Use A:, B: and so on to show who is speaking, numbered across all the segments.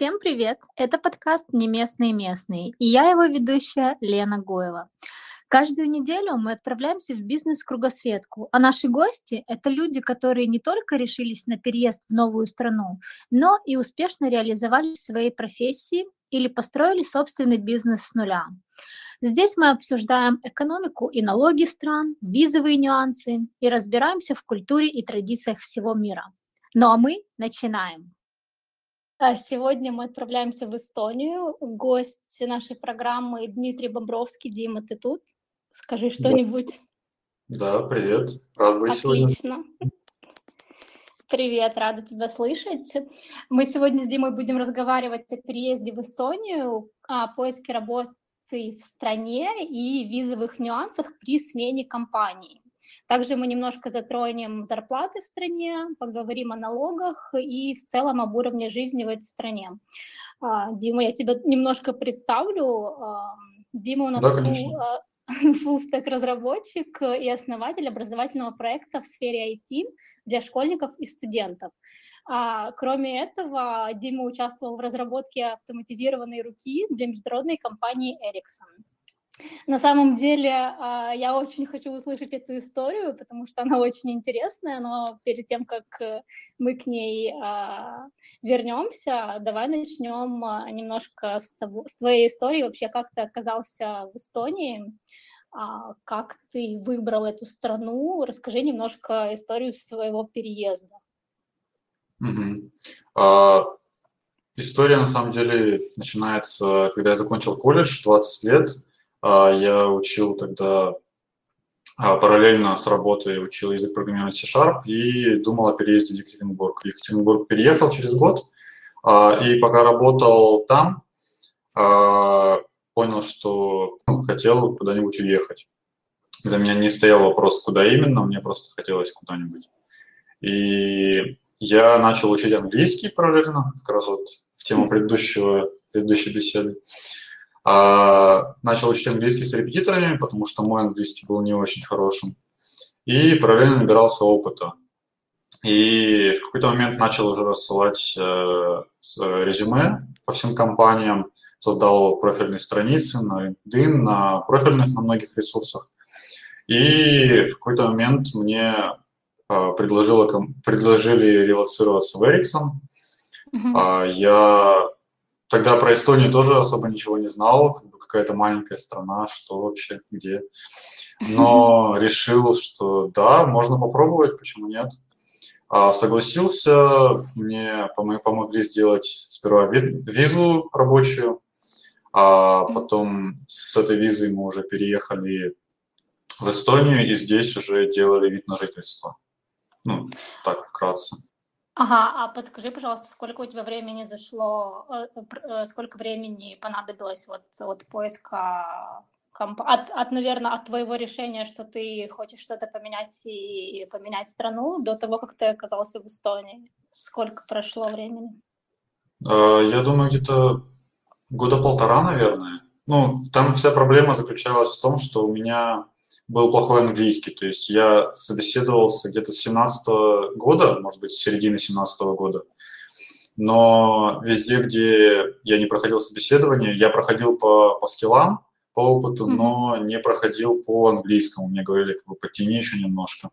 A: Всем привет! Это подкаст «Не местные местные» и я его ведущая Лена Гоева. Каждую неделю мы отправляемся в бизнес-кругосветку, а наши гости– это люди, которые не только решились на переезд в новую страну, но и успешно реализовали свои профессии или построили собственный бизнес с нуля. Здесь мы обсуждаем экономику и налоги стран, визовые нюансы и разбираемся в культуре и традициях всего мира. Ну а мы начинаем. Сегодня мы отправляемся в Эстонию. Гость нашей программы Дмитрий Бобровский. Дима, ты тут? Скажи
B: Да,
A: что-нибудь.
B: да, привет. Рад быть сегодня.
A: Отлично. Привет, рада тебя слышать. Мы сегодня с Димой будем разговаривать о переезде в Эстонию, о поиске работы в стране и визовых нюансах при смене компании. Также мы немножко затронем зарплаты в стране, поговорим о налогах и в целом об уровне жизни в этой стране. Дима, я тебя немножко представлю. Дима у нас
B: Да, конечно.
A: фуллстек разработчик и основатель образовательного проекта в сфере IT для школьников и студентов. Кроме этого, Дима участвовал в разработке автоматизированной руки для международной компании Ericsson. На самом деле, я очень хочу услышать эту историю, потому что она очень интересная, но перед тем, как мы к ней вернемся, давай начнем немножко с твоей истории. Вообще, как ты оказался в Эстонии, как ты выбрал эту страну? Расскажи немножко историю своего переезда.
B: Мгм. История, на самом деле, начинается, когда я закончил колледж в 20 лет. Я учил тогда параллельно с работой, учил язык программирования C# и думал о переезде в Екатеринбург. В Екатеринбург переехал через год, и пока работал там, понял, что хотел куда-нибудь уехать. Для меня не стоял вопрос, куда именно, мне просто хотелось куда-нибудь. И я начал учить английский параллельно, как раз вот в тему предыдущей беседы. Начал учить английский с репетиторами, потому что мой английский был не очень хорошим. И параллельно набирался опыта. И в какой-то момент начал уже рассылать резюме по всем компаниям, создал профильные страницы на LinkedIn, на профильных, на многих ресурсах. И в какой-то момент мне предложили релоцироваться в Ericsson. Я тогда про Эстонию тоже особо ничего не знал, как бы какая-то маленькая страна, что вообще, где. Но решил, что да, можно попробовать, почему нет. Согласился, мне помогли сделать сперва визу рабочую, а потом с этой визой мы уже переехали в Эстонию и здесь уже делали вид на жительство. Ну, так, вкратце.
A: Ага, подскажи, пожалуйста, сколько у тебя времени зашло, сколько времени понадобилось вот от поиска, наверное, от твоего решения, что ты хочешь что-то поменять и поменять страну, до того, как ты оказался в Эстонии? Сколько прошло времени?
B: Я думаю, где-то года полтора, наверное. Ну, там вся проблема заключалась в том, что у меня был плохой английский. То есть я собеседовался где-то с 17 года, может быть, с середины 17 года. Но везде, где я не проходил собеседование, я проходил по скиллам, по опыту, но не проходил по английскому. Мне говорили, как бы, подтяни еще немножко.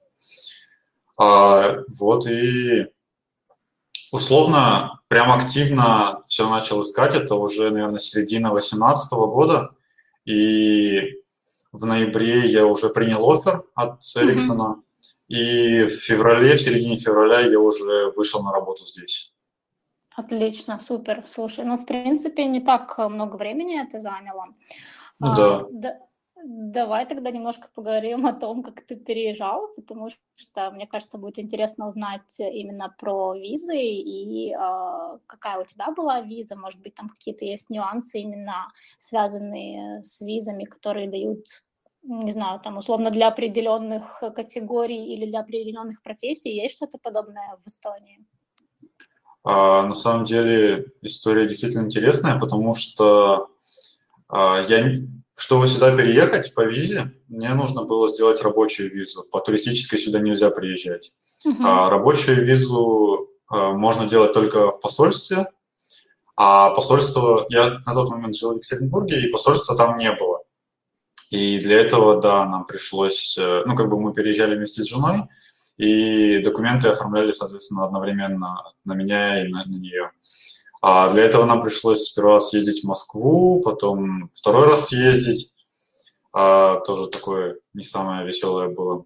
B: Вот и условно, прям активно все начал искать. Это уже, наверное, середина 2018 года. И в ноябре я уже принял оффер от Эриксона. И в середине февраля я уже вышел на работу здесь.
A: Отлично, супер. Слушай, ну, в принципе, не так много времени это заняло.
B: Ну да.
A: Давай тогда немножко поговорим о том, как ты переезжал, потому что, мне кажется, будет интересно узнать именно про визы и какая у тебя была виза, может быть, там какие-то есть нюансы именно связанные с визами, которые дают, не знаю, там условно для определенных категорий или для определенных профессий. Есть что-то подобное в Эстонии?
B: На самом деле история действительно интересная, потому что чтобы сюда переехать по визе, мне нужно было сделать рабочую визу. По туристической сюда нельзя приезжать. Рабочую визу можно делать только в посольстве, А посольство, я на тот момент жил в Екатеринбурге, и посольства там не было. И для этого, да, нам пришлось, ну, как бы мы переезжали вместе с женой, и документы оформляли, соответственно, одновременно на меня и на нее. А для этого нам пришлось сперва съездить в Москву, потом второй раз съездить. Тоже такое не самое веселое было.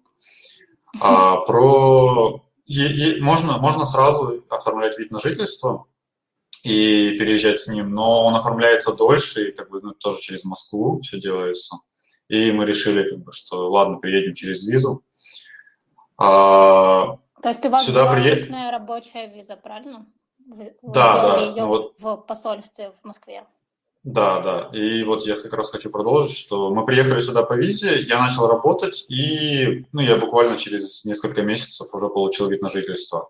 B: Можно сразу оформлять вид на жительство и переезжать с ним, но он оформляется дольше, и как бы, ну, тоже через Москву все делается. И мы решили, как бы, что ладно, приедем через визу. А,
A: То есть у вас
B: Сюда
A: была
B: приехали.
A: обычная рабочая виза, правильно? Вы
B: Да,
A: сделали
B: да, ну
A: ее
B: вот,
A: в посольстве в Москве.
B: да, да. И вот я как раз хочу продолжить, что мы приехали сюда по визе, я начал работать, и ну, я буквально через несколько месяцев уже получил вид на жительство.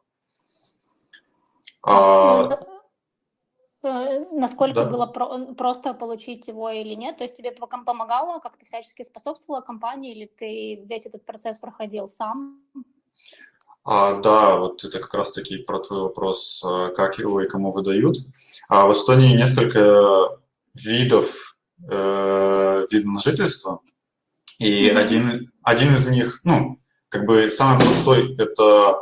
A: А
B: А,
A: насколько
B: да.
A: было просто получить его или нет? То есть тебе помогало, как-то всячески способствовала компания, или ты весь этот процесс проходил сам?
B: Да, вот это как раз-таки про твой вопрос, как его и кому выдают. В Эстонии несколько видов вида на жительство, и
A: Мгм.
B: один из них, ну, как бы самый простой, это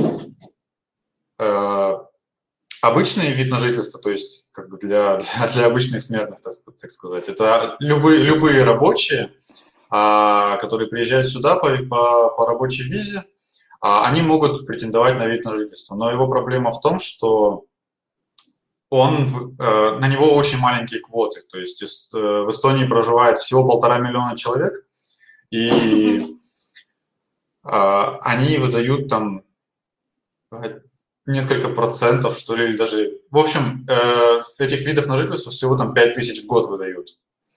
B: э, обычный вид на жительство, то есть как бы для обычных смертных, так сказать. Это любые рабочие, которые приезжают сюда по рабочей визе, они могут претендовать на вид на жительство. Но его проблема в том, что на него очень маленькие квоты. То есть в Эстонии проживает всего 1,5 миллиона человек, и они выдают там несколько процентов, что ли, или даже... В общем, этих видов на жительство всего там 5 тысяч в год выдают.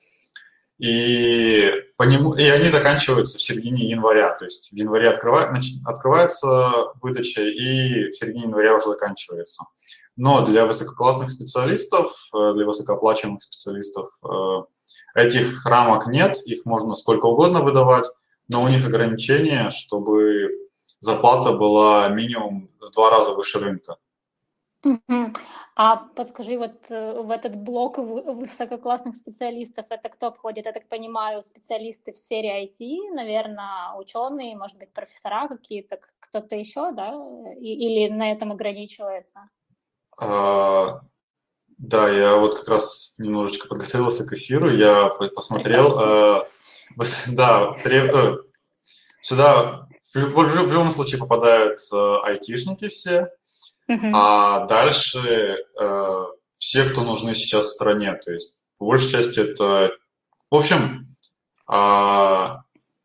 B: И они заканчиваются в середине января. То есть в январе открывается выдача, и в середине января уже заканчивается. Но для высококлассных специалистов, для высокооплачиваемых специалистов этих рамок нет, их можно сколько угодно выдавать, но у них ограничение, чтобы зарплата была минимум в 2 раза выше рынка.
A: Мгм. А подскажи, вот в этот блок высококлассных специалистов это кто входит? Я так понимаю, специалисты в сфере IT, наверное, ученые, может быть, профессора какие-то, кто-то еще, да? Или на этом ограничивается?
B: А, Да, я вот как раз немножечко подготовился к эфиру, я посмотрел,
A: Прекрасно.
B: да, сюда в любом случае попадают айтишники все,
A: Мгм.
B: а дальше все, кто нужны сейчас в стране, то есть по большей части это, в общем, а,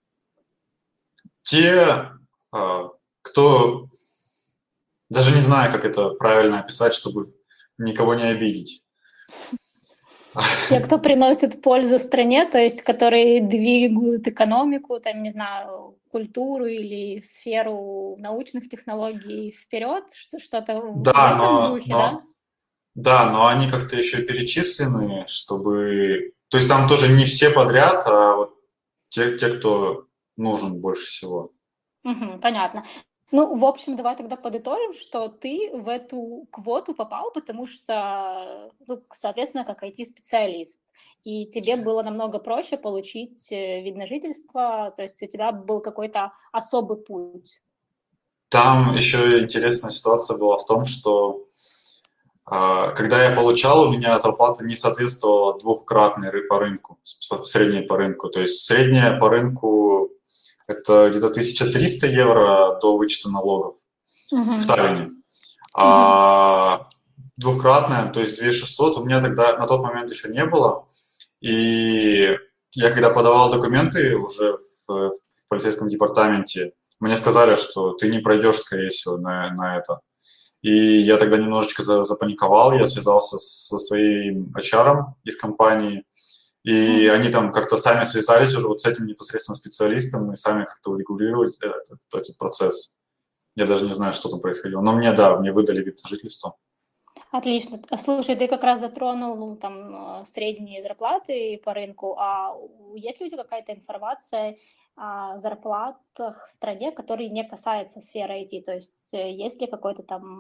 B: те, кто, даже не знаю, как это правильно описать, чтобы никого не обидеть.
A: Те, кто приносит пользу стране, то есть которые двигают экономику, там, не знаю, культуру или сферу научных технологий вперед, что-то в
B: Да,
A: этом духе, да?
B: но они как-то еще перечислены, чтобы... То есть там тоже не все подряд, а вот те, кто нужен больше всего.
A: Мгм, понятно. Ну, в общем, давай тогда подытожим, что ты в эту квоту попал, потому что, ну, соответственно, как IT-специалист. И тебе было намного проще получить вид на жительство, то есть у тебя был какой-то особый путь.
B: Там еще интересная ситуация была в том, что когда я получал, у меня зарплата не соответствовала двухкратной по рынку, средней по рынку. То есть средняя по рынку это где-то 1300 евро до вычета налогов в
A: Мгм.
B: Таллине.
A: Мгм.
B: А двухкратная, то есть 2600, у меня тогда на тот момент еще не было. И я когда подавал документы уже в полицейском департаменте, мне сказали, что ты не пройдешь, скорее всего, на это. И я тогда немножечко запаниковал, я связался со своим HR из компании, и
A: Мгм.
B: они там как-то сами связались уже вот с этим непосредственно специалистом и сами как-то урегулировали этот процесс. Я даже не знаю, что там происходило. Но мне, да, мне выдали вид на жительство.
A: Отлично. Слушай, ты как раз затронул там средние зарплаты по рынку, есть ли у тебя какая-то информация о зарплатах в стране, которые не касается сферы IT? То есть есть ли какой-то там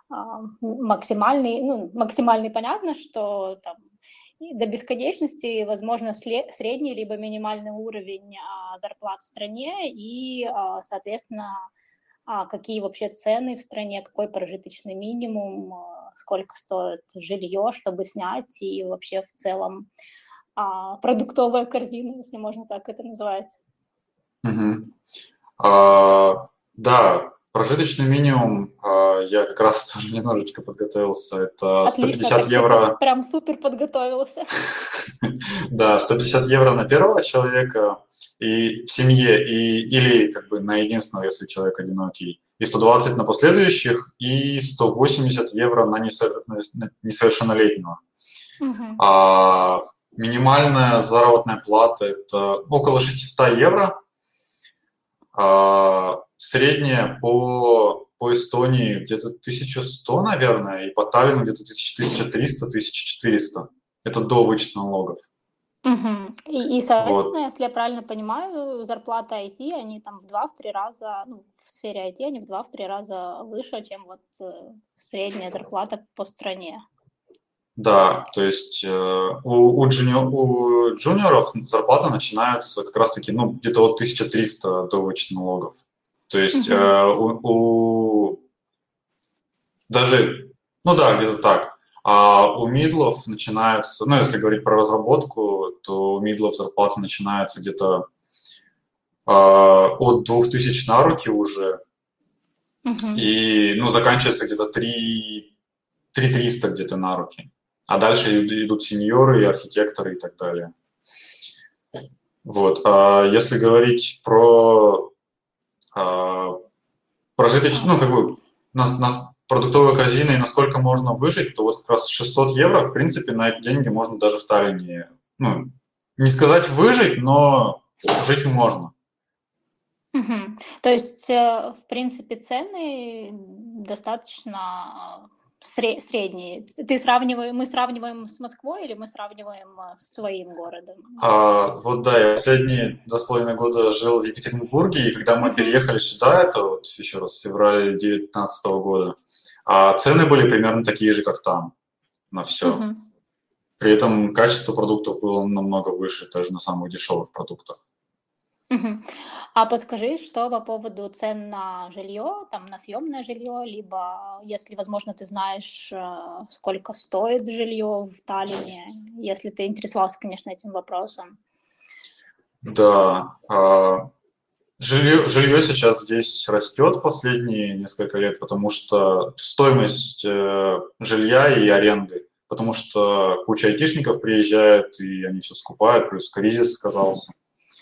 A: максимальный, ну, максимальный понятно, что там до бесконечности, возможно, средний либо минимальный уровень зарплат в стране и, соответственно, какие вообще цены в стране, какой прожиточный минимум, сколько стоит жилье, чтобы снять, и вообще в целом продуктовая корзина, если можно так это назвать.
B: Да, прожиточный минимум, я как раз тоже немножечко подготовился, это
A: Отлично,
B: 150 евро.
A: Ты прям супер подготовился.
B: Да, 150 евро на первого человека и в семье, или как бы на единственного, если человек одинокий, и 120 на последующих, и 180 евро на несовершеннолетнего. Минимальная заработная плата – это около 600 евро. Средняя по Эстонии где-то 1100, наверное, и по Таллину где-то 1300-1400. Это до вычета налогов.
A: И соответственно, вот. Если я правильно понимаю, зарплата IT, они там в 2-3 раза, ну, в сфере IT они в 2-3 раза выше, чем вот средняя зарплата по стране.
B: Да, то есть у джуниоров зарплаты начинаются как раз-таки, ну, где-то от 1300 до вычета налогов. То есть даже, ну да, где-то так. А у мидлов начинаются, ну, если говорить про разработку, то у мидлов зарплата начинается где-то от 2000 на руки уже, и, ну, заканчивается где-то 3300 где-то на руки. А дальше идут сеньоры, архитекторы и так далее. Вот. А если говорить про прожиточный, ну, как бы на продуктовой корзиной, насколько можно выжить, то вот как раз 600 евро, в принципе, на эти деньги можно даже в Таллине, ну, не сказать выжить, но жить можно.
A: То есть, в принципе, цены достаточно средние. Мы сравниваем с Москвой или мы сравниваем с твоим городом?
B: Вот да, я последние 2,5 года жил в Екатеринбурге, и когда мы переехали сюда, это вот еще раз в феврале 2019 года, цены были примерно такие же, как там, на все. При этом качество продуктов было намного выше, даже на самых дешевых продуктах.
A: А подскажи, что по поводу цен на жилье, там, на съемное жилье, либо, если, возможно, ты знаешь, сколько стоит жилье в Таллине, если ты интересовался, конечно, этим вопросом.
B: Да, жилье сейчас здесь растет последние несколько лет, потому что стоимость жилья и аренды, потому что куча айтишников приезжает, и они все скупают, плюс кризис сказался.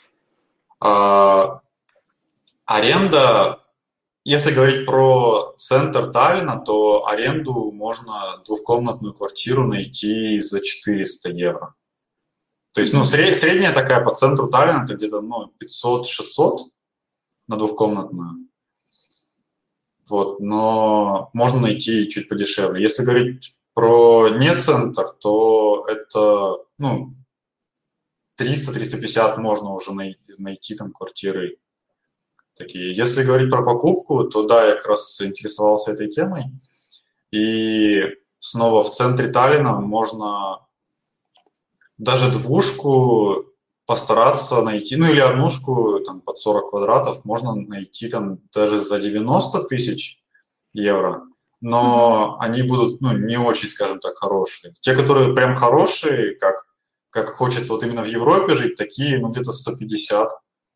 B: Аренда, если говорить про центр Таллина, то аренду можно двухкомнатную квартиру найти за 400 евро. То есть, ну, средняя такая по центру Таллина, это где-то, ну, 500-600 на двухкомнатную. Вот, но можно найти чуть подешевле. Если говорить про не центр, то это, ну, 300-350 можно уже найти там квартиры такие. Если говорить про покупку, то да, я как раз интересовался этой темой. И снова в центре Таллина можно даже двушку постараться найти, ну или однушку там под 40 квадратов можно найти там даже за 90 тысяч евро. Но они будут, ну, не очень, скажем так, хорошие. Те, которые прям хорошие, как хочется вот именно в Европе жить, такие, ну, где-то 150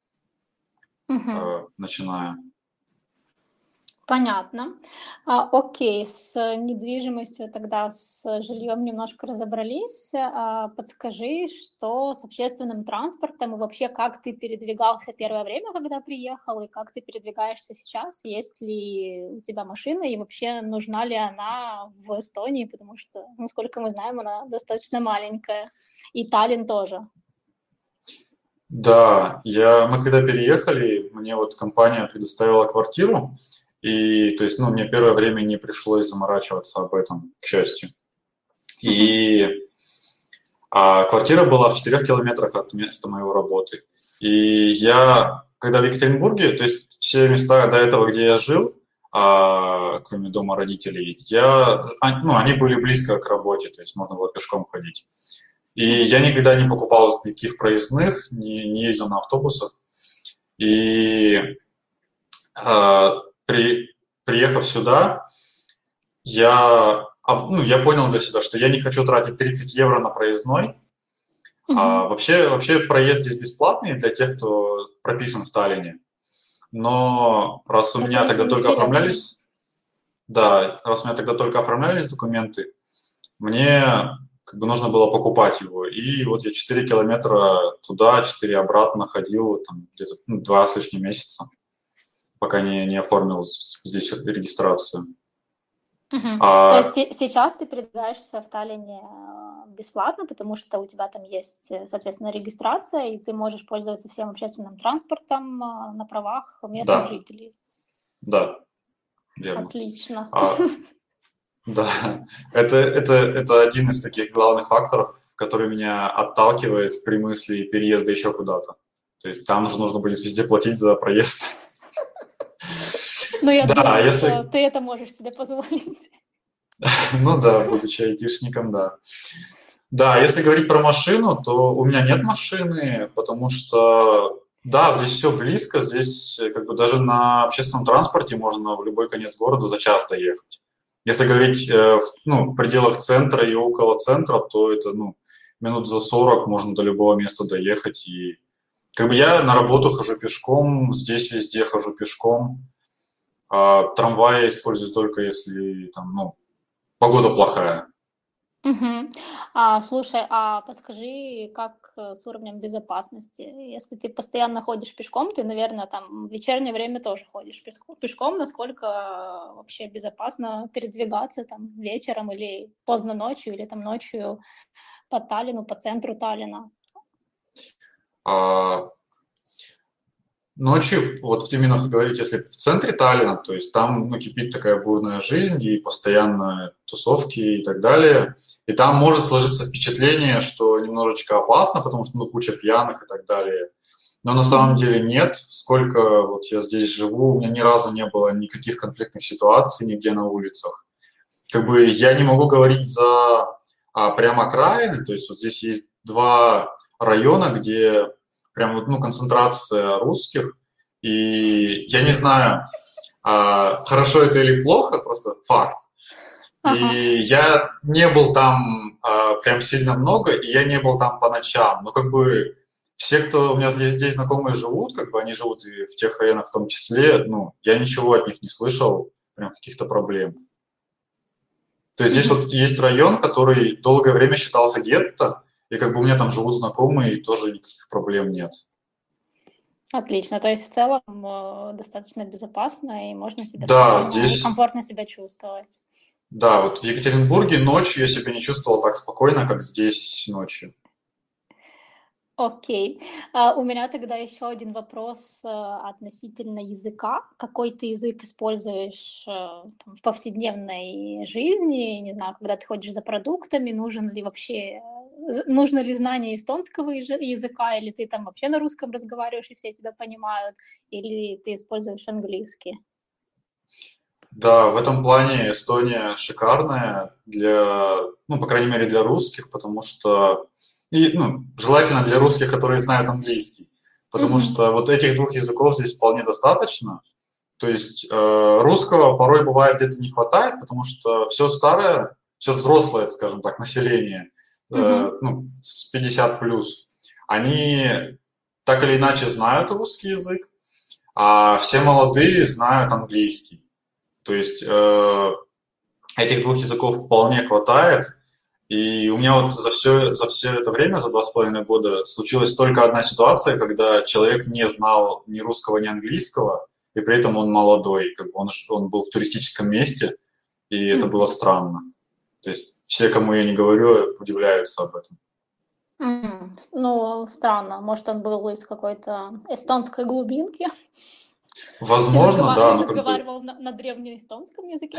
B: начиная.
A: Понятно. Окей, с недвижимостью тогда, с жильем немножко разобрались. Подскажи, что с общественным транспортом и вообще как ты передвигался первое время, когда приехал, и как ты передвигаешься сейчас? Есть ли у тебя машина и вообще нужна ли она в Эстонии, потому что, насколько мы знаем, она достаточно маленькая, и Таллин тоже.
B: Да, мы когда переехали, мне вот компания предоставила квартиру, и, то есть, ну, мне первое время не пришлось заморачиваться об этом, к счастью. И квартира была в 4 километрах от места моей работы. И я, когда в Екатеринбурге, то есть все места до этого, где я жил, кроме дома родителей. Ну, они были близко к работе, то есть можно было пешком ходить. И я никогда не покупал никаких проездных, не ездил на автобусах. И приехав сюда, я понял для себя, что я не хочу тратить 30 евро на проездной. Вообще проезд здесь бесплатный для тех, кто прописан в Таллине. Но раз у меня тогда только оформлялись, документы, мне как бы нужно было покупать его. И вот я 4 километра туда, 4 обратно ходил, там где-то 2 с лишним месяца, пока не оформил здесь регистрацию.
A: То есть сейчас ты передвигаешься в Таллине бесплатно, потому что у тебя там есть, соответственно, регистрация, и ты можешь пользоваться всем общественным транспортом на правах местных жителей.
B: Да, верно.
A: Отлично.
B: Да, это один из таких главных факторов, который меня отталкивает при мысли переезда еще куда-то. То есть там же нужно будет везде платить за проезд.
A: Ну, я думаю, что ты это можешь себе позволить.
B: Ну да, будучи айтишником, да. Да, если говорить про машину, то у меня нет машины, потому что, да, здесь все близко, здесь как бы даже на общественном транспорте можно в любой конец города за час доехать. Если говорить в пределах центра и около центра, то это минут за 40 можно до любого места доехать. И как бы я на работу хожу пешком, здесь везде хожу пешком. Трамвай использую только если там, погода плохая.
A: Слушай, подскажи, как с уровнем безопасности? Если ты постоянно ходишь пешком, ты, наверное, там в вечернее время тоже ходишь пешком. Насколько вообще безопасно передвигаться там вечером или поздно ночью, или там ночью по Таллину, по центру Таллина?
B: Ночью, вот именно говорить, если в центре Таллина, то есть там кипит такая бурная жизнь и постоянно тусовки и так далее, и там может сложиться впечатление, что немножечко опасно, потому что куча пьяных и так далее. Но на самом деле нет. Сколько вот я здесь живу, у меня ни разу не было никаких конфликтных ситуаций нигде на улицах. Как бы я не могу говорить за прямо окраины, то есть вот здесь есть 2 района, где прям концентрация русских, и я не знаю, хорошо это или плохо, просто факт. И я не был там прям сильно много, и я не был там по ночам, но как бы все, кто у меня здесь знакомые живут, как бы они живут и в тех районах в том числе, я ничего от них не слышал, прям каких-то проблем. То есть здесь вот есть район, который долгое время считался гетто, и как бы у меня там живут знакомые, и тоже никаких проблем нет.
A: Отлично. То есть в целом достаточно безопасно, и можно себя
B: здесь
A: комфортно себя чувствовать.
B: Да, вот в Екатеринбурге ночью я себя не чувствовал так спокойно, как здесь ночью.
A: Окей. У меня тогда еще один вопрос относительно языка. Какой ты язык используешь в повседневной жизни? Не знаю, когда ты ходишь за продуктами, нужно ли знание эстонского языка, или ты там вообще на русском разговариваешь и все тебя понимают, или ты используешь английский?
B: Да, в этом плане Эстония шикарная по крайней мере, для русских, потому что желательно для русских, которые знают английский, потому что вот этих 2 языков здесь вполне достаточно. То есть русского порой бывает где-то не хватает, потому что все старое, все взрослое, скажем так, население, с 50 плюс, они так или иначе знают русский язык, а все молодые знают английский. То есть этих 2 языков вполне хватает. И у меня вот за все это время, за 2,5 года, случилась только одна ситуация, когда человек не знал ни русского, ни английского, и при этом он молодой, как бы он был в туристическом месте, и это было странно. То есть все, кому я не говорю, удивляются об этом.
A: Ну, странно. Может, он был из какой-то эстонской глубинки?
B: Возможно, да.
A: Но разговаривал на древнеэстонском языке?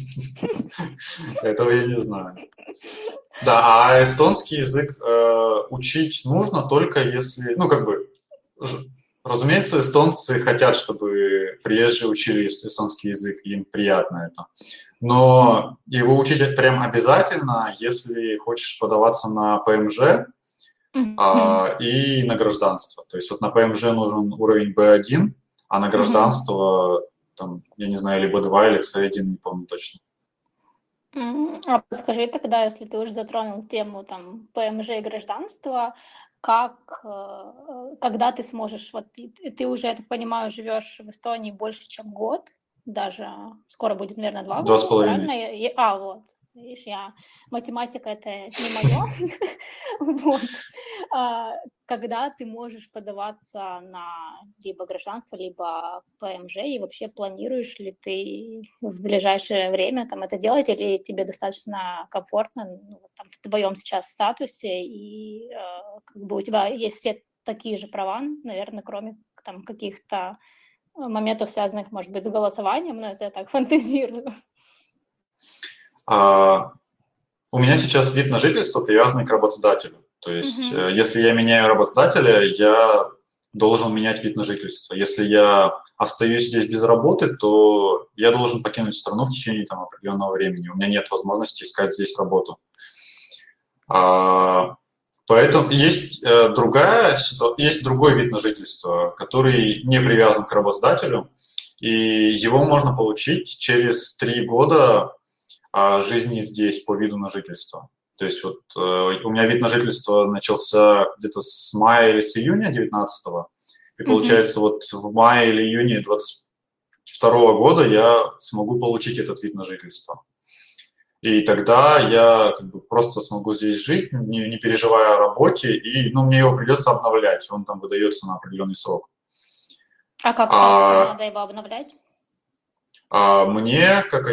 B: Этого я не знаю. Да, а эстонский язык учить нужно только если, разумеется, эстонцы хотят, чтобы приезжие учили эстонский язык, им приятно это. Но его учить прям обязательно, если хочешь подаваться на ПМЖ и на гражданство. То есть вот на ПМЖ нужен уровень B1, а на гражданство, там, я не знаю, либо B2 или C1, не помню точно.
A: А подскажи тогда, если ты уже затронул тему там ПМЖ и гражданства, когда ты сможешь, вот ты уже, я так понимаю, живешь в Эстонии больше, чем год, даже скоро будет, наверное, 2 года,
B: 2,5.
A: правильно? Вот, видишь, математика это не мое, вот. Когда ты можешь подаваться на либо гражданство, либо ПМЖ, и вообще планируешь ли ты в ближайшее время там это делать, или тебе достаточно комфортно, ну, там, в твоем сейчас статусе, и как бы у тебя есть все такие же права, наверное, кроме там каких-то моментов, связанных, может быть, с голосованием, но это я так фантазирую.
B: У меня сейчас вид на жительство привязанный к работодателю. То есть, если я меняю работодателя, я должен менять вид на жительство. Если я остаюсь здесь без работы, то я должен покинуть страну в течение там, определенного времени. У меня нет возможности искать здесь работу. Поэтому есть другой вид на жительство, который не привязан к работодателю, и его можно получить через 3 года жизни здесь по виду на жительство. То есть вот у меня вид на жительство начался где-то с мая или с июня 19-го, и получается вот в мае или июне 22-го года я смогу получить этот вид на жительство. И тогда я как бы просто смогу здесь жить, не переживая о работе, и мне его придется обновлять, он там выдается на определенный срок.
A: А как часто надо его обновлять?
B: Мне, как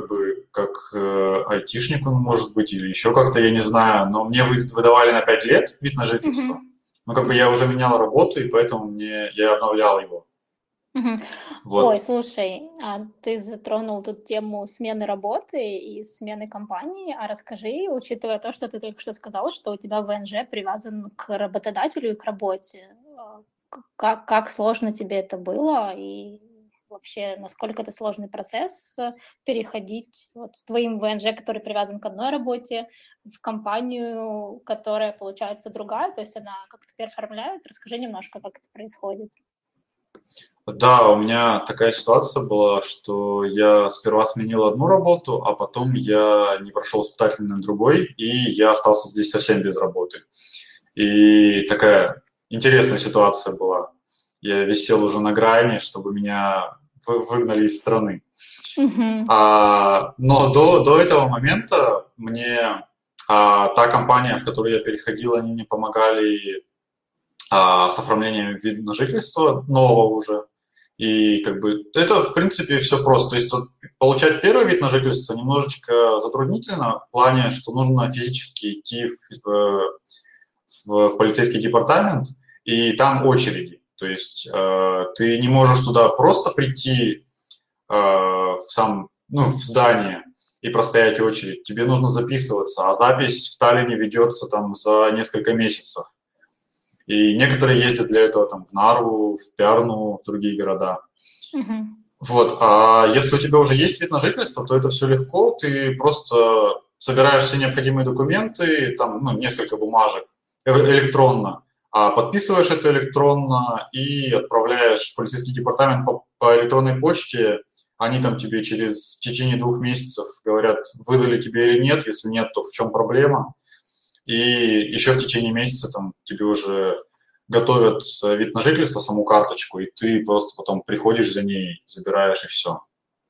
B: айтишнику, может быть, или еще как-то, я не знаю, но мне выдавали на 5 лет вид на жительство. Я уже менял работу, и поэтому я обновлял его.
A: Вот. Ой, слушай, ты затронул тут тему смены работы и смены компании, а расскажи, учитывая то, что ты только что сказал, что у тебя ВНЖ привязан к работодателю и к работе, как сложно тебе это было, и вообще, насколько это сложный процесс переходить вот с твоим ВНЖ, который привязан к одной работе, в компанию, которая, получается, другая, то есть она как-то переоформляет? Расскажи немножко, как это происходит.
B: Да, у меня такая ситуация была, что я сперва сменил одну работу, а потом я не прошел испытательный на другой, и я остался здесь совсем без работы. И такая интересная ситуация была. Я висел уже на грани, чтобы меня выгнали из страны. Но до этого момента мне та компания, в которую я переходил, они мне помогали с оформлением вида на жительство нового уже. И это, в принципе, все просто. То есть получать первый вид на жительство немножечко затруднительно в плане, что нужно физически идти в полицейский департамент, и там очереди. То есть ты не можешь туда просто прийти в здание и простоять очередь. Тебе нужно записываться, а запись в Таллине ведется там за несколько месяцев. И некоторые ездят для этого там в Нарву, в Пярну, в другие города. Вот. А если у тебя уже есть вид на жительство, то это все легко. Ты просто собираешь все необходимые документы, там, несколько бумажек электронно, подписываешь это электронно и отправляешь в полицейский департамент по электронной почте. Они там тебе в течение 2 месяцев говорят, выдали тебе или нет. Если нет, то в чем проблема. И еще в течение месяца там тебе уже готовят вид на жительство, саму карточку, и ты просто потом приходишь за ней, забираешь, и все.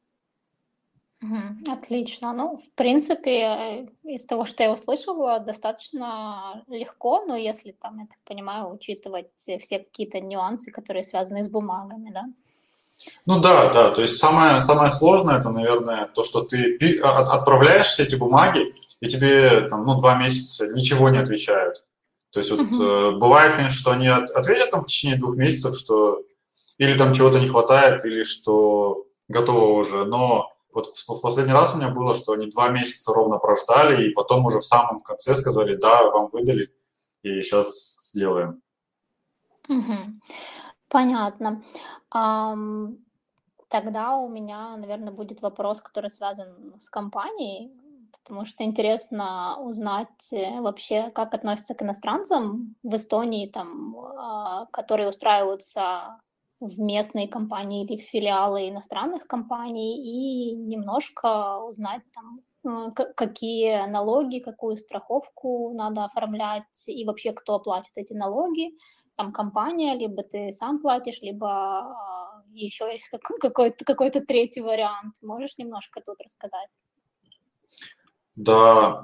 A: Отлично. В принципе, из того, что я услышала, достаточно легко, но если там, я так понимаю, учитывать все какие-то нюансы, которые связаны с бумагами, да?
B: Да. То есть самое сложное, это, наверное, то, что ты отправляешь все эти бумаги, и тебе там, 2 месяца ничего не отвечают. То есть бывает, конечно, что они ответят там в течение 2 месяцев, что или там чего-то не хватает, или что готово уже, но вот в последний раз у меня было, что они 2 месяца ровно прождали, и потом уже в самом конце сказали, да, вам выдали, и сейчас сделаем.
A: Понятно. Тогда у меня, наверное, будет вопрос, который связан с компанией, потому что интересно узнать вообще, как относятся к иностранцам в Эстонии, там, которые устраиваются в местные компании или в филиалы иностранных компаний, и немножко узнать там, какие налоги, какую страховку надо оформлять, и вообще кто платит эти налоги, там компания, либо ты сам платишь, либо еще есть какой-то третий вариант. Можешь немножко тут рассказать?
B: Да,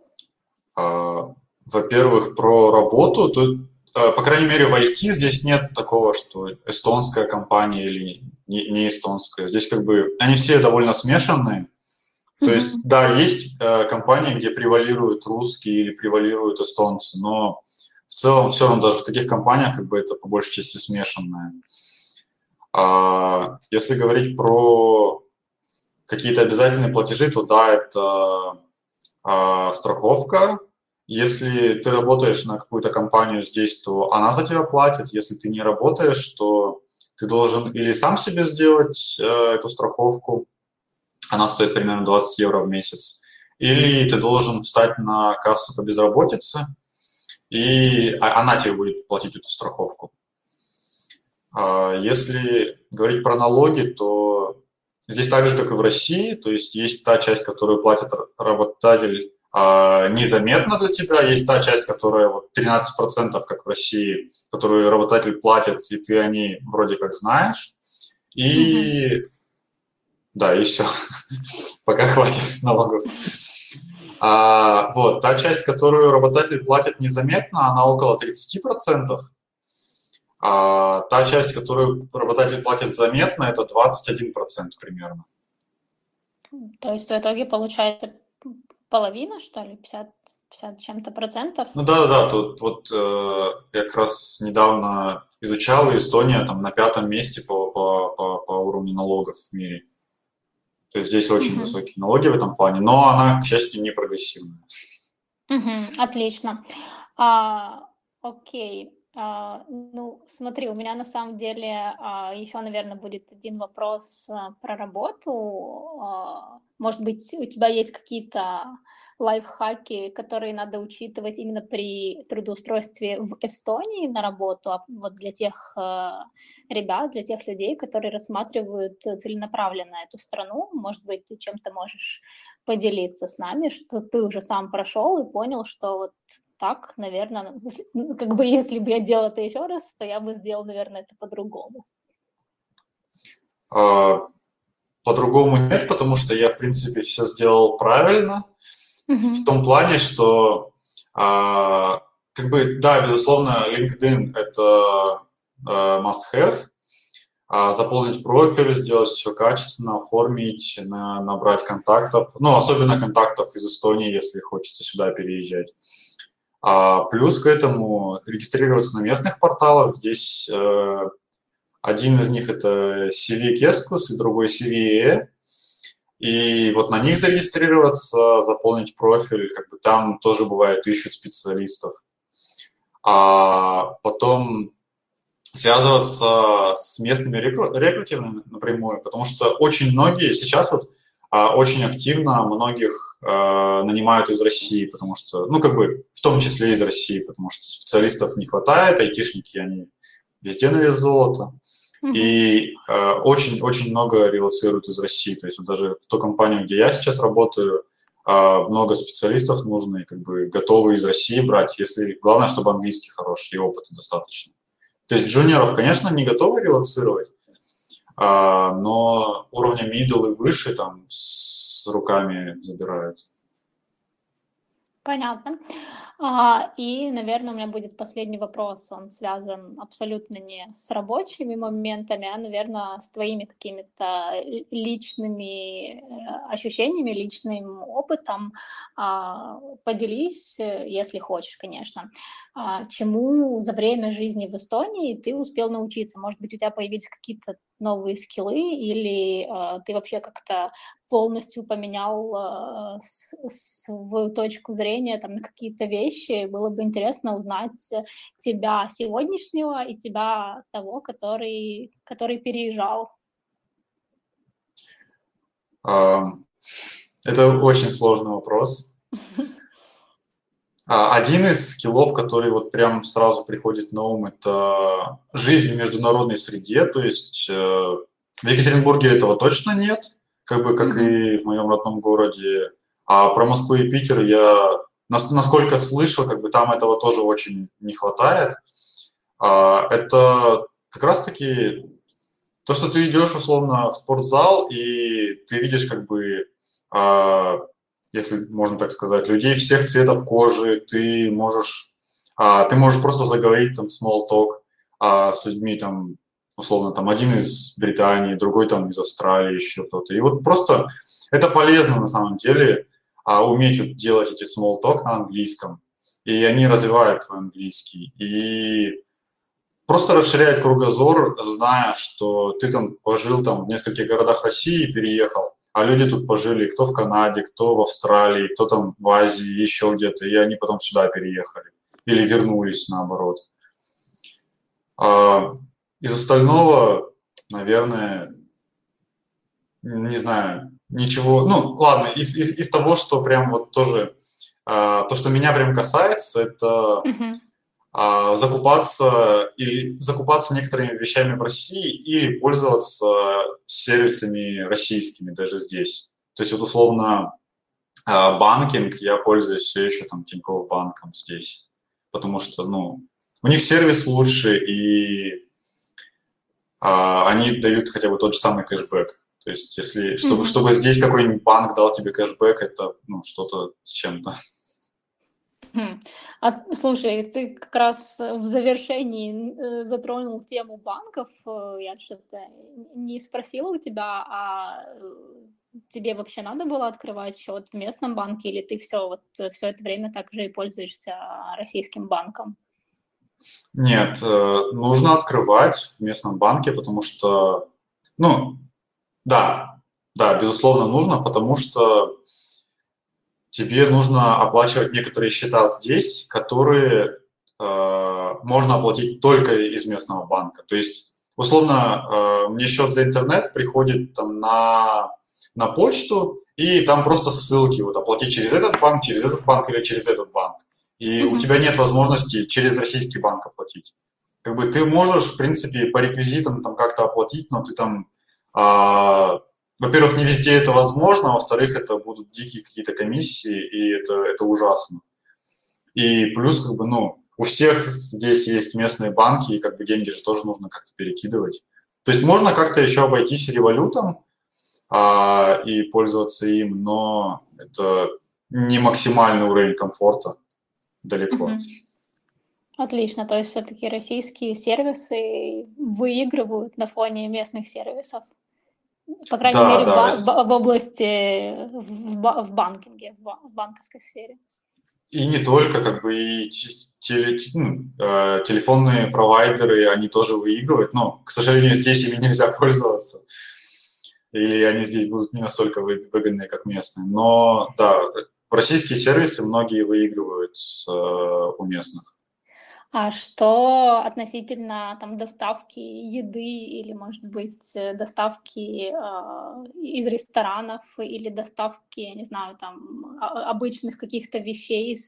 B: во-первых, про работу. Тут, по крайней мере, в IT здесь нет такого, что эстонская компания или не эстонская. Здесь как бы они все довольно смешанные. То есть, да, есть компании, где превалируют русские или превалируют эстонцы, но в целом все равно даже в таких компаниях как бы это по большей части смешанное. Если говорить про какие-то обязательные платежи, то да, это страховка. Если ты работаешь на какую-то компанию здесь, то она за тебя платит. Если ты не работаешь, то ты должен или сам себе сделать эту страховку, она стоит примерно 20 евро в месяц, или ты должен встать на кассу по безработице, и она тебе будет платить эту страховку. Если говорить про налоги, то здесь так же, как и в России, то есть та часть, которую платит работодатель незаметно для тебя, есть та часть, которая вот 13%, как в России, которую работодатель платит, и ты о ней вроде как знаешь. И да, и все. Пока хватит налогов. Вот, та часть, которую работодатель платит незаметно, она около 30%. Та часть, которую работодатель платит заметно, это 21% примерно.
A: То есть в итоге получается половина, что ли, 50 чем-то процентов?
B: Ну да, тут вот я как раз недавно изучал, и Эстония там на 5-м месте по уровню налогов в мире. То есть здесь очень высокие налоги в этом плане, но она, к счастью, не прогрессивная.
A: Отлично. Окей. Ну, смотри, у меня на самом деле еще, наверное, будет один вопрос про работу. Может быть, у тебя есть какие-то лайфхаки, которые надо учитывать именно при трудоустройстве в Эстонии на работу, вот для тех ребят, для тех людей, которые рассматривают целенаправленно эту страну. Может быть, ты чем-то можешь поделиться с нами, что ты уже сам прошел и понял, что вот так, наверное, как бы если бы я делала это еще раз, то я бы сделала, наверное, это по-другому.
B: По-другому нет, потому что я, в принципе, все сделал правильно. В том плане, что как бы, да, безусловно, LinkedIn – это must-have. Заполнить профиль, сделать все качественно, оформить, набрать контактов. Ну, особенно контактов из Эстонии, если хочется сюда переезжать. Плюс к этому регистрироваться на местных порталах. Здесь один из них – это CV Keskus и другой CV. И вот на них зарегистрироваться, заполнить профиль, как бы там тоже бывает ищут специалистов. Потом связываться с местными рекрутерами напрямую, потому что очень многие сейчас вот очень активно многих нанимают из России, потому что, ну, как бы, в том числе из России, потому что специалистов не хватает, айтишники, они везде на вес золота. И очень-очень много релоцируют из России. То есть вот даже в ту компанию, где я сейчас работаю, много специалистов нужно и как бы готовы из России брать, если главное, чтобы английский хороший и опыта достаточно. То есть джуниоров, конечно, не готовы релоцировать, но уровня middle и выше там с руками забирают.
A: Понятно. И, наверное, у меня будет последний вопрос. Он связан абсолютно не с рабочими моментами, а, наверное, с твоими какими-то личными ощущениями, личным опытом. Поделись, если хочешь, конечно, чему за время жизни в Эстонии ты успел научиться. Может быть, у тебя появились какие-то новые скиллы, или ты вообще как-то полностью поменял свою точку зрения там, на какие-то вещи. Было бы интересно узнать тебя сегодняшнего и тебя того, который переезжал.
B: А, Это очень сложный вопрос. Один из скиллов, который вот прям сразу приходит на ум, это жизнь в международной среде. То есть в Екатеринбурге этого точно нет, как бы как
A: Мгм.
B: и в моем родном городе. А про Москву и Питер я, насколько слышал, как бы там этого тоже очень не хватает. Это как раз-таки то, что ты идешь условно в спортзал, и ты видишь как бы, а, если можно так сказать, людей всех цветов кожи, ты можешь просто заговорить там small talk с людьми там, условно, там один из Британии, другой там из Австралии, еще кто-то. И вот просто это полезно на самом деле, уметь вот делать эти small talk на английском, и они развивают твой английский. И просто расширяет кругозор, зная, что ты там пожил там в нескольких городах России, переехал, а люди тут пожили, кто в Канаде, кто в Австралии, кто там в Азии, еще где-то, и они потом сюда переехали или вернулись наоборот. А из остального, наверное, не знаю, ничего. Ну, ладно, из того, что прям вот тоже, то, что меня прям касается, это
A: Мгм.
B: закупаться некоторыми вещами в России или пользоваться сервисами российскими даже здесь. То есть вот условно банкинг я пользуюсь все еще там Тинькофф банком здесь, потому что ну у них сервис лучше и они дают хотя бы тот же самый кэшбэк. То есть если
A: Мгм.
B: чтобы здесь какой-нибудь банк дал тебе кэшбэк, это ну, что-то с чем-то.
A: Мгм. Слушай, ты как раз в завершении затронул тему банков. Я что-то не спросила у тебя, тебе вообще надо было открывать счет в местном банке, или ты все это время также и пользуешься российским банком?
B: Нет, нужно открывать в местном банке, потому что, ну, да, да, безусловно, нужно, потому что тебе нужно оплачивать некоторые счета здесь, которые можно оплатить только из местного банка. То есть, условно, мне счет за интернет приходит там на почту, и там просто ссылки, вот оплатить через этот банк или через этот банк. И у
A: Мгм.
B: тебя нет возможности через российский банк оплатить. Как бы ты можешь, в принципе, по реквизитам там как-то оплатить, но ты там а, во-первых, не везде это возможно, а во-вторых, это будут дикие какие-то комиссии, и это ужасно. И плюс, как бы, ну, у всех здесь есть местные банки, и как бы деньги же тоже нужно как-то перекидывать. То есть можно как-то еще обойтись револютом и пользоваться им, но это не максимальный уровень комфорта далеко.
A: Мгм. Отлично, то есть все-таки российские сервисы выигрывают на фоне местных сервисов. По крайней
B: Да,
A: мере,
B: да,
A: в области, в банкинге, в банковской сфере.
B: и не только, как бы и телефонные провайдеры, они тоже выигрывают, но, к сожалению, здесь ими нельзя пользоваться, или они здесь будут не настолько выгодные, как местные. Но да, российские сервисы многие выигрывают у местных.
A: А что относительно там доставки еды или, может быть, доставки из ресторанов или доставки, я не знаю, там обычных каких-то вещей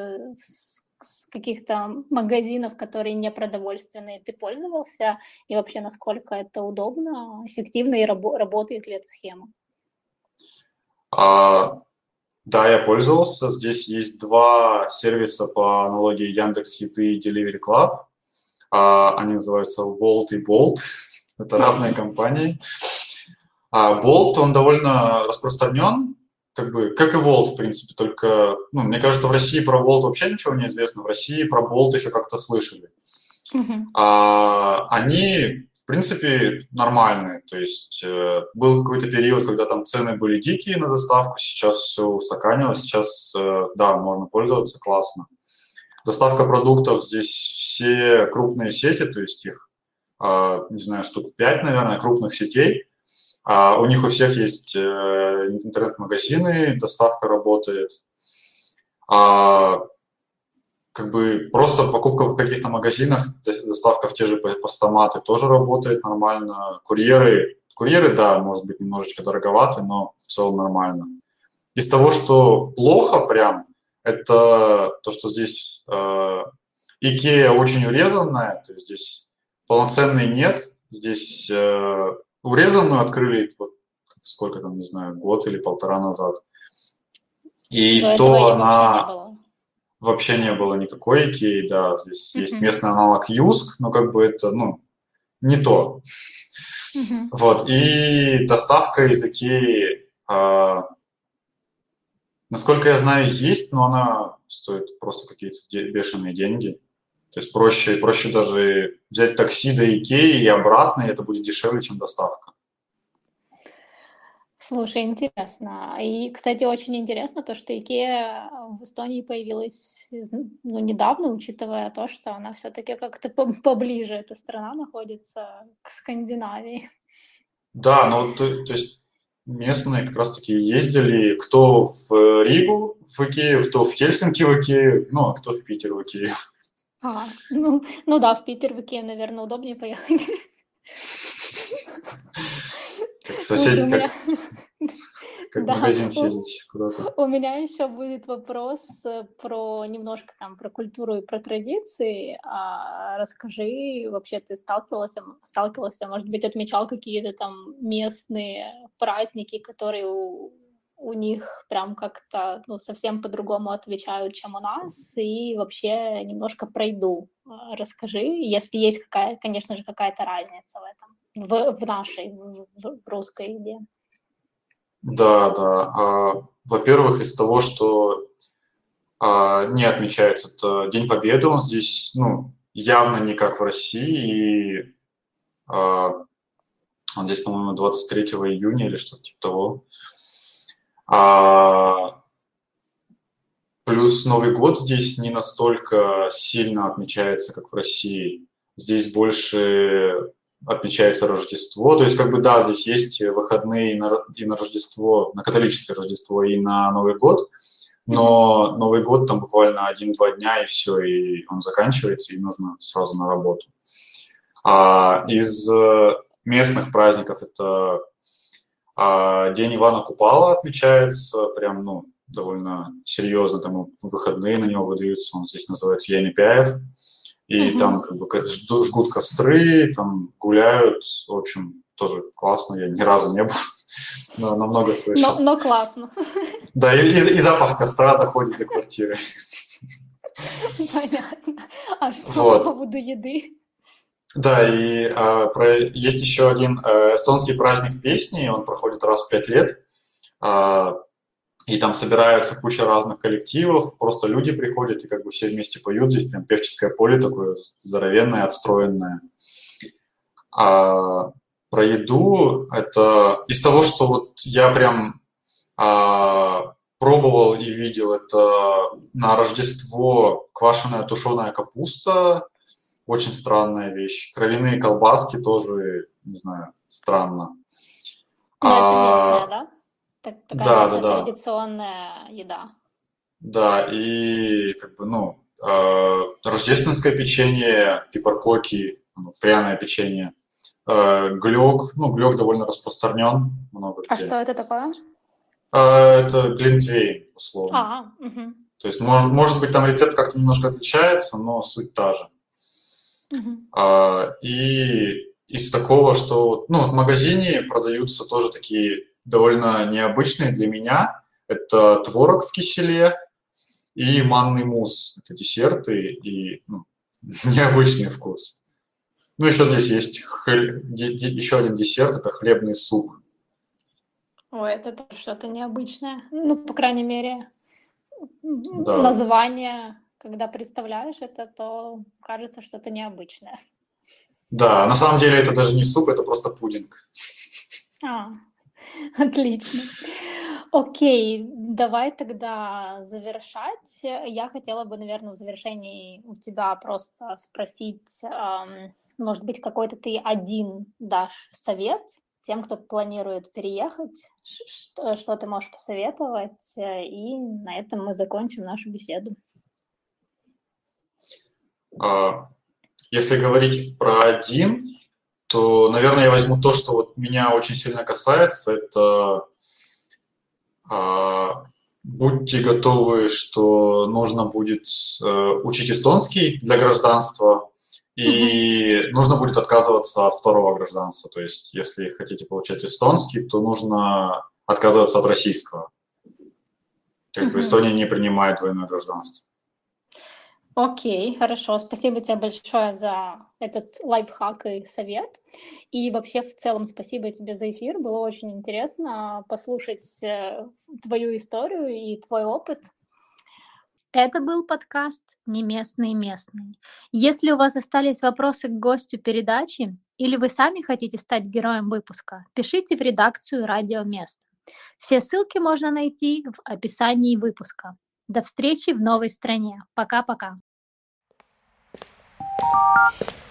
A: с каких-то магазинов, которые не продовольственные, ты пользовался? И вообще, насколько это удобно, эффективно и работает ли эта схема?
B: А, да, я пользовался. Здесь есть два сервиса по аналогии Яндекс Еды и Delivery Club. Они называются Wolt и Bolt. Это разные компании. Bolt, он довольно распространен, как бы, как и Volt, в принципе, только, ну, мне кажется, в России про Volt вообще ничего не известно, в России про Bolt еще как-то слышали.
A: Мгм.
B: Они, в принципе, нормальные, то есть был какой-то период, когда там цены были дикие на доставку, сейчас все устаканилось, сейчас, да, можно пользоваться, классно. Доставка продуктов здесь все крупные сети, то есть их, не знаю, штук 5, наверное, крупных сетей, у них у всех есть интернет-магазины, доставка работает. А, как бы просто покупка в каких-то магазинах, доставка в те же постаматы тоже работает нормально. Курьеры, да, может быть, немножечко дороговаты, но в целом нормально. Из того, что плохо прям, это то, что здесь Икея очень урезанная, то есть здесь полноценной нет. Здесь урезанную открыли вот сколько там, не знаю, год или полтора назад.
A: До
B: И
A: этого
B: то
A: ее вообще не
B: она
A: было.
B: вообще не было никакой Икеи, да, здесь есть местный аналог Юск, но как бы это, ну, не то.
A: Мгм.
B: Вот, и доставка из Икеи, насколько я знаю, есть, но она стоит просто какие-то бешеные деньги. То есть проще даже взять такси до Икеи и обратно, и это будет дешевле, чем доставка.
A: Слушай, интересно. И, кстати, очень интересно то, что IKEA в Эстонии появилась, ну, недавно, учитывая то, что она все-таки как-то поближе, эта страна находится к Скандинавии.
B: Да, но то есть местные как раз-таки ездили, кто в Ригу в Икею, кто в Хельсинки в Икею, ну, а кто в Питер в Икею.
A: Ну да, в Питер в IKEA, наверное, удобнее поехать.
B: Как
A: Слушай, у
B: сосед,
A: меня,
B: как в
A: да,
B: магазин съездить куда-то.
A: у меня еще будет вопрос про немножко там про культуру и про традиции. Расскажи, вообще ты сталкивался, может быть, отмечал какие-то там местные праздники, которые у них прям как-то ну, совсем по-другому отвечают, чем у нас, и вообще немножко про еду расскажи, если есть какая, конечно же, какая-то разница в этом, в нашей, в русской еде.
B: Да, да. Во-первых, из того, что не отмечается это День Победы, он здесь, ну, явно не как в России, и он здесь, по-моему, 23 июня или что-то типа того. Плюс Новый год здесь не настолько сильно отмечается, как в России. Здесь больше отмечается Рождество. То есть, как бы, да, здесь есть выходные и на Рождество, на католическое Рождество и на Новый год, но Новый год там буквально 1-2 дня, и все, и он заканчивается, и нужно сразу на работу. Из местных праздников это День Ивана Купала отмечается, прям, ну, довольно серьезно, там выходные на него выдаются, он здесь называется Янипяев, и там как бы жгут костры, там гуляют, в общем, тоже классно, я ни разу не был, но много слышал.
A: Но классно.
B: Да, и запах костра доходит до квартиры.
A: Понятно. А что по
B: Вот.
A: поводу еды?
B: Да, и есть еще один эстонский праздник песни, он проходит раз в 5 лет, и там собираются куча разных коллективов, просто люди приходят и как бы все вместе поют, здесь прям певческое поле такое здоровенное, отстроенное. Про еду, это из того, что вот я прям пробовал и видел, это на Рождество квашеная тушеная капуста, очень странная вещь. Кровяные колбаски тоже, не знаю, странно.
A: Но это местная, да? Такая
B: Да, да,
A: местная
B: да.
A: традиционная еда.
B: Да, и как бы, ну, рождественское печенье, пипаркоки, ну, пряное печенье, глёк, ну, глёк довольно распространен много
A: А
B: где.
A: что это такое?
B: Это глинтвейн, условно.
A: Угу.
B: То есть, может быть, там рецепт как-то немножко отличается, но суть та же.
A: Угу.
B: И из такого, что, ну, в магазине продаются тоже такие довольно необычные для меня. Это творог в киселе и манный мусс. Это десерты и ну, необычный вкус. Ну, еще здесь есть еще один десерт, это хлебный суп.
A: Ой, это тоже что-то необычное. Ну, по крайней мере,
B: Да,
A: название, когда представляешь это, то кажется что-то необычное.
B: да, на самом деле это даже не суп, это просто пудинг.
A: Отлично. Окей, давай тогда завершать. Я хотела бы, наверное, в завершении у тебя просто спросить, может быть, какой-то ты один дашь совет тем, кто планирует переехать, что ты можешь посоветовать, и на этом мы закончим нашу беседу.
B: Если говорить про один, то, наверное, я возьму то, что вот меня очень сильно касается. Это будьте готовы, что нужно будет учить эстонский для гражданства, и нужно будет отказываться от второго гражданства. То есть, если хотите получать эстонский, то нужно отказываться от российского. Как бы Эстония не принимает двойное гражданство.
A: Окей, хорошо. Спасибо тебе большое за этот лайфхак и совет. И вообще, в целом, спасибо тебе за эфир. Было очень интересно послушать твою историю и твой опыт. Это был подкаст «Не местные местные». Если у вас остались вопросы к гостю передачи или вы сами хотите стать героем выпуска, пишите в редакцию «Радио Место». Все ссылки можно найти в описании выпуска. До встречи в новой стране. Пока-пока.